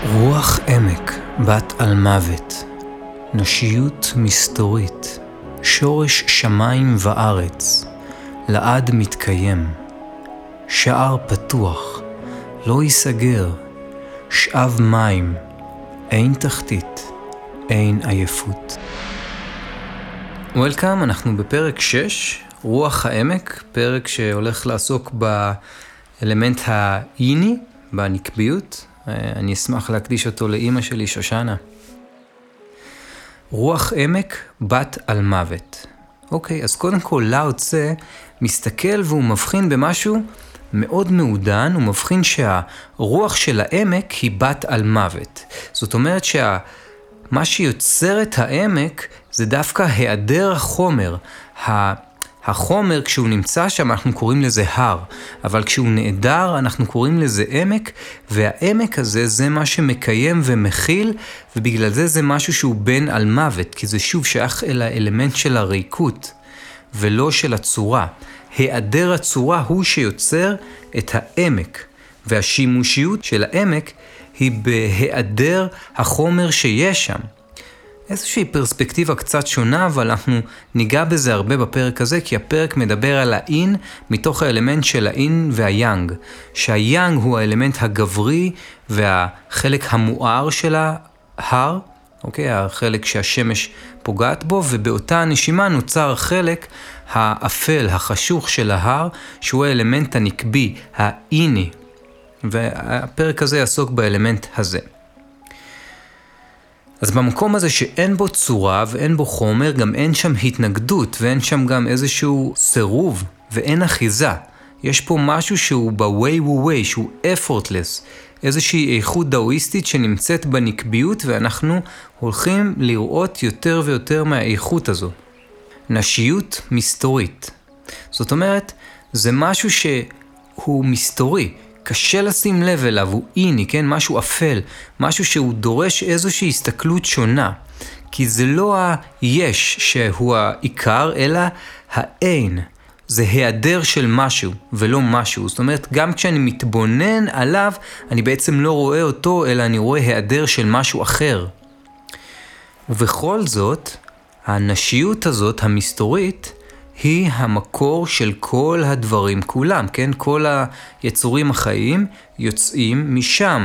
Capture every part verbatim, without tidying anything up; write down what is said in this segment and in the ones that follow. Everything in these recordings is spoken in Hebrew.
רוח עמק, בת על מוות, נשיות מסתורית, שורש שמיים וארץ, לעד מתקיים, שער פתוח, לא ייסגר, שאב מים, אין תחתית, אין עייפות. וולקאם, אנחנו בפרק שש, רוח העמק, פרק שהולך לעסוק באלמנט האיני, בנקביות. אני אשמח להקדיש אותו לאמא שלי, שושנה. רוח עמק, בת על מוות. אוקיי, אז קודם כל לאו צה מסתכל והוא מבחין במשהו מאוד מעודן, הוא מבחין שהרוח של העמק היא בת על מוות. זאת אומרת שמה שיוצר את העמק זה דווקא היעדר החומר. החומר כשהוא נמצא שם אנחנו קוראים לזה הר, אבל כשהוא נעדר אנחנו קוראים לזה עמק, והעמק הזה זה מה שמקיים ומכיל, ובגלל זה זה משהו שהוא בן על מוות, כי זה שוב שייך אל האלמנט של הריקות ולא של הצורה. היעדר הצורה הוא שיוצר את העמק, והשימושיות של העמק היא בהיעדר החומר שיש שם. איזושהי פרספקטיבה קצת שונה, אבל אנחנו ניגע בזה הרבה בפרק הזה, כי הפרק מדבר על האין מתוך האלמנט של האין והיאנג, שהיאנג הוא האלמנט הגברי והחלק המואר של ההר, אוקיי? החלק שהשמש פוגעת בו, ובאותה הנשימה נוצר החלק האפל, החשוך של ההר, שהוא האלמנט הנקבי, האיני, והפרק הזה יעסוק באלמנט הזה. אז במקום הזה שאין בו צורה ואין בו חומר, גם אין שם התנגדות ואין שם גם איזשהו סירוב ואין אחיזה. יש פה משהו שהוא ב-way wu way, שהוא effortless, איזושהי איכות דאואיסטית שנמצאת בנקביות, ואנחנו הולכים לראות יותר ויותר מהאיכות הזו. נשיות מסתורית. זאת אומרת, זה משהו שהוא מסתורי. קשה לשים לב אליו, הוא איני, כן? משהו אפל, משהו שהוא דורש איזושהי הסתכלות שונה. כי זה לא היש שהוא העיקר, אלא האין. זה היעדר של משהו ולא משהו. זאת אומרת, גם כשאני מתבונן עליו, אני בעצם לא רואה אותו, אלא אני רואה היעדר של משהו אחר. ובכל זאת, הנשיות הזאת, המסתורית, היא המקור של כל הדברים כולם, כן? כל היצורים החיים יוצאים משם.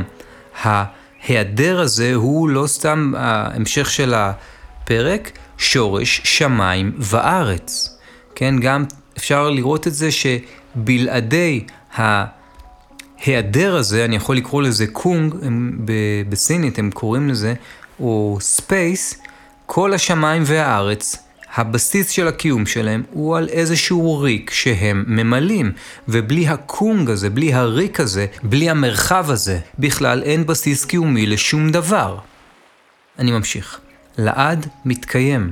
ההיעדר הזה הוא לא סתם ההמשך של הפרק, שורש שמיים וארץ. כן? גם אפשר לראות את זה שבלעדי ההיעדר הזה, אני יכול לקרוא לזה קונג, בסינית הם קוראים לזה, או ספייס, כל השמיים והארץ, הבסיס של הקיום שלהם הוא על איזשהו ריק שהם ממלאים, ובלי הקונג הזה, בלי הריק הזה, בלי המרחב הזה, בכלל אין בסיס קיומי לשום דבר. אני ממשיך. לעד מתקיים.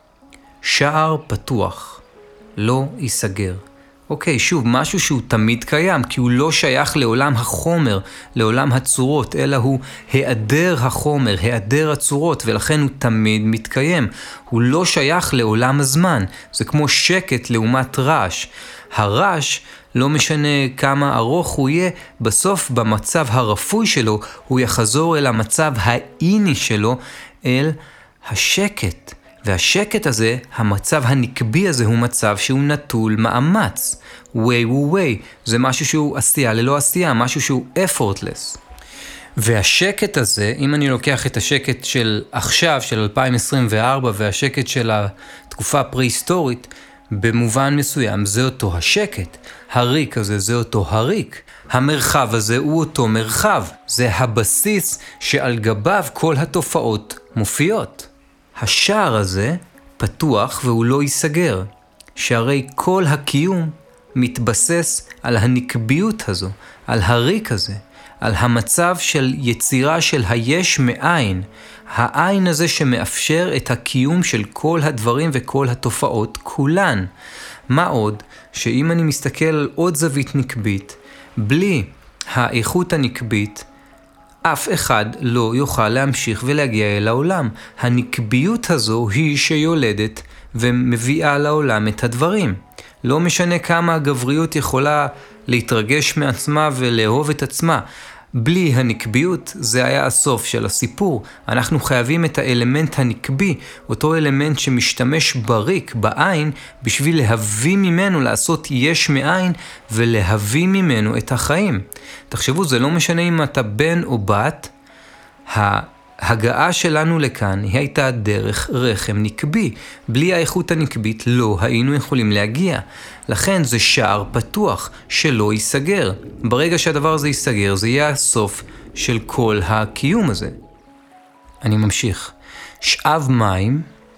שער פתוח. לא ייסגר. אוקיי, שוב, משהו שהוא תמיד קיים, כי הוא לא שייך לעולם החומר, לעולם הצורות, אלא הוא היעדר החומר, היעדר הצורות, ולכן הוא תמיד מתקיים. הוא לא שייך לעולם הזמן, זה כמו שקט לעומת רעש. הרעש, לא משנה כמה ארוך הוא יהיה, בסוף במצב הרפוי שלו, הוא יחזור אל המצב האיני שלו, אל השקט. והשקט הזה, המצב הנקבי הזה, הוא מצב שהוא נטול מאמץ. way wu way, זה משהו שהוא עשייה ללא עשייה, משהו שהוא effortless. והשקט הזה, אם אני לוקח את השקט של עכשיו, של אלפיים עשרים וארבע, והשקט של התקופה הפרה-היסטורית, במובן מסוים זה אותו השקט. הריק הזה זה אותו הריק. המרחב הזה הוא אותו מרחב. זה הבסיס שעל גביו כל התופעות מופיעות. השער הזה פתוח והוא לא ייסגר, שהרי כל הקיום מתבסס על הנקביות הזו, על הריק הזה, על המצב של יצירה של היש מאין, העין הזה שמאפשר את הקיום של כל הדברים וכל התופעות כולן. מה עוד שאם אני מסתכל על עוד זווית נקבית, בלי האיכות הנקבית, אף אחד לא יוכל להמשיך ולהגיע אל העולם. הנקביות הזו היא שיולדת ומביאה לעולם את הדברים. לא משנה כמה הגבריות יכולה להתרגש מעצמה ולאהוב את עצמה. בלי הנקביות זה היה הסוף של הסיפור. אנחנו חייבים את האלמנט הנקבי, אותו אלמנט שמשתמש בריק, בעין, בשביל להביא ממנו, לעשות יש מאין, ולהביא ממנו את החיים. תחשבו, זה לא משנה אם אתה בן או בת, ההגעה שלנו לכאן היא הייתה דרך רחם נקבי. בלי האיכות הנקבית לא היינו יכולים להגיע. לכן זה שער פתוח שלא ייסגר. ברגע שהדבר הזה ייסגר, זה יהיה הסוף של כל הקיום הזה. אני ממשיך. שאב מים,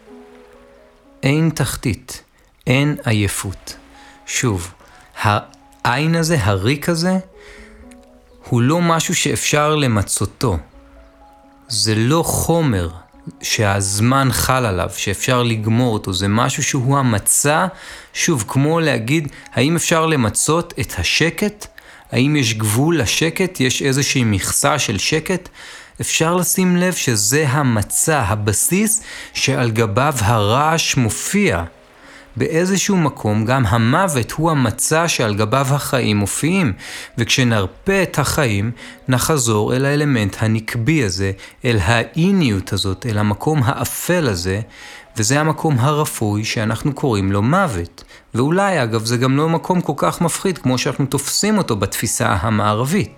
אין תחתית, אין עייפות. שוב, העין הזה, הריק הזה, הוא לא משהו שאפשר למצותו. זה לא חומר שהזמן חל עליו, שאפשר לגמור אותו. זה משהו שהוא המצא, שוב, כמו להגיד, האם אפשר למצות את השקט? האם יש גבול לשקט? יש איזושהי מכסה של שקט? אפשר לשים לב שזה המצא, הבסיס שעל גביו הרעש מופיע. באיזשהו מקום גם המוות הוא המצא שעל גביו החיים מופיעים, וכשנרפא את החיים נחזור אל האלמנט הנקבי הזה, אל האיניות הזאת, אל המקום האפל הזה, וזה המקום הרפוי שאנחנו קוראים לו מוות. ואולי אגב זה גם לא מקום כל כך מפחיד כמו שאנחנו תופסים אותו בתפיסה המערבית.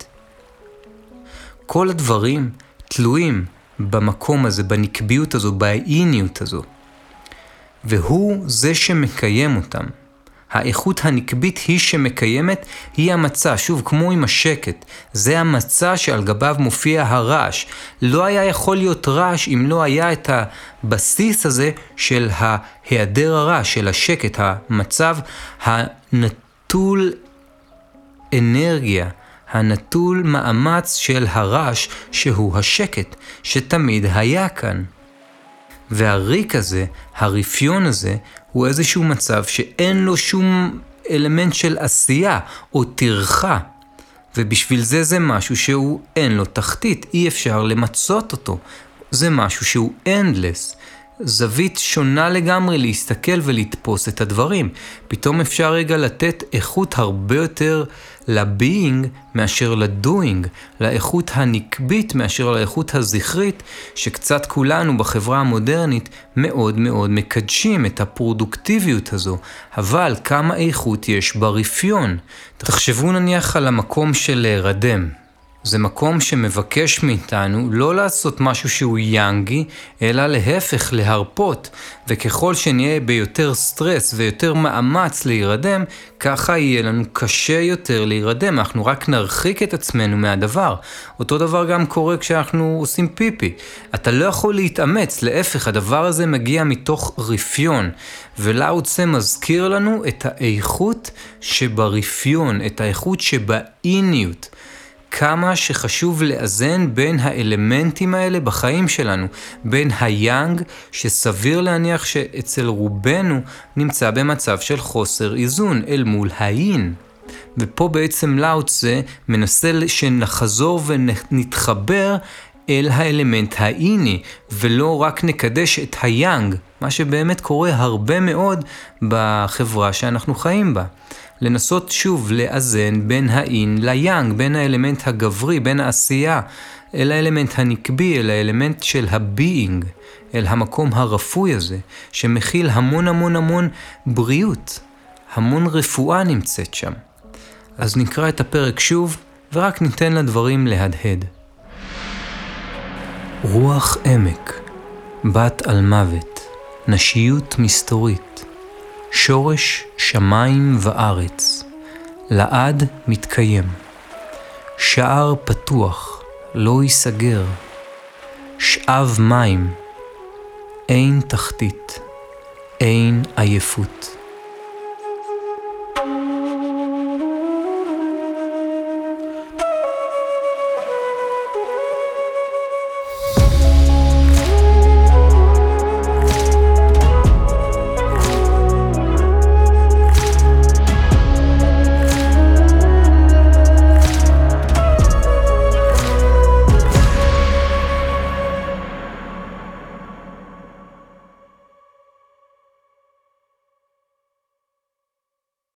כל הדברים תלויים במקום הזה, בנקביות הזו, באיניות הזו. והוא זה שמקיים אותם. האיכות הנקבית היא שמקיימת, היא המצא, שוב, כמו עם השקט. זה המצא שעל גביו מופיע הרעש. לא היה יכול להיות רעש אם לא היה את הבסיס הזה של ההיעדר הרעש, של השקט, המצב הנטול אנרגיה, הנטול מאמץ של הרעש, שהוא השקט, שתמיד היה כאן. והריק הזה, הרפיון הזה, הוא איזשהו מצב שאין לו שום אלמנט של עשייה או תרחה. ובשביל זה זה משהו שהוא אין לו תחתית, אי אפשר למצות אותו. זה משהו שהוא endless. זווית שונה לגמרי להסתכל ולתפוס את הדברים. פתאום אפשר רגע לתת איכות הרבה יותר לביינג מאשר לדוינג, לאיכות הנקבית מאשר לאיכות הזכרית, שקצת כולנו בחברה המודרנית מאוד מאוד מקדשים את הפרודוקטיביות הזו. אבל כמה איכות יש ברפיון? תחשבו נניח על המקום של להירדם. זה מקום שמבקש מאיתנו לא לעשות משהו שהוא יאנגי, אלא להפך, להרפות. וככל שנהיה ביותר סטרס ויותר מאמץ להירדם, ככה יהיה לנו קשה יותר להירדם. אנחנו רק נרחיק את עצמנו מהדבר. אותו דבר גם קורה כשאנחנו עושים פיפי. אתה לא יכול להתאמץ, להפך, הדבר הזה מגיע מתוך רפיון. ולאו צה מזכיר לנו את האיכות שברפיון, את האיכות שבאיניות. כמה שחשוב לאזן בין האלמנטים האלה בחיים שלנו, בין היאנג שסביר להניח שאצל רובנו נמצא במצב של חוסר איזון אל מול האין. ופה בעצם לאו צה מנסה שנחזור ונתחבר אל האלמנט האיני, ולא רק נקדש את היאנג, מה שבאמת קורה הרבה מאוד בחברה שאנחנו חיים בה. לנסות שוב לאזן בין האין ליאנג, בין האלמנט הגברי, בין העשייה, אל האלמנט הנקבי, אל האלמנט של הביינג, אל המקום הרפוי הזה, שמכיל המון המון המון בריאות, המון רפואה נמצאת שם. אז נקרא את הפרק שוב, ורק ניתן לדברים להדהד. רוח עמק, בת על מוות, נשיות מסתורית, שורש שמיים וארץ, לעד מתקיים, שער פתוח, לא ייסגר, שאב מים, אין תחתית, אין עייפות.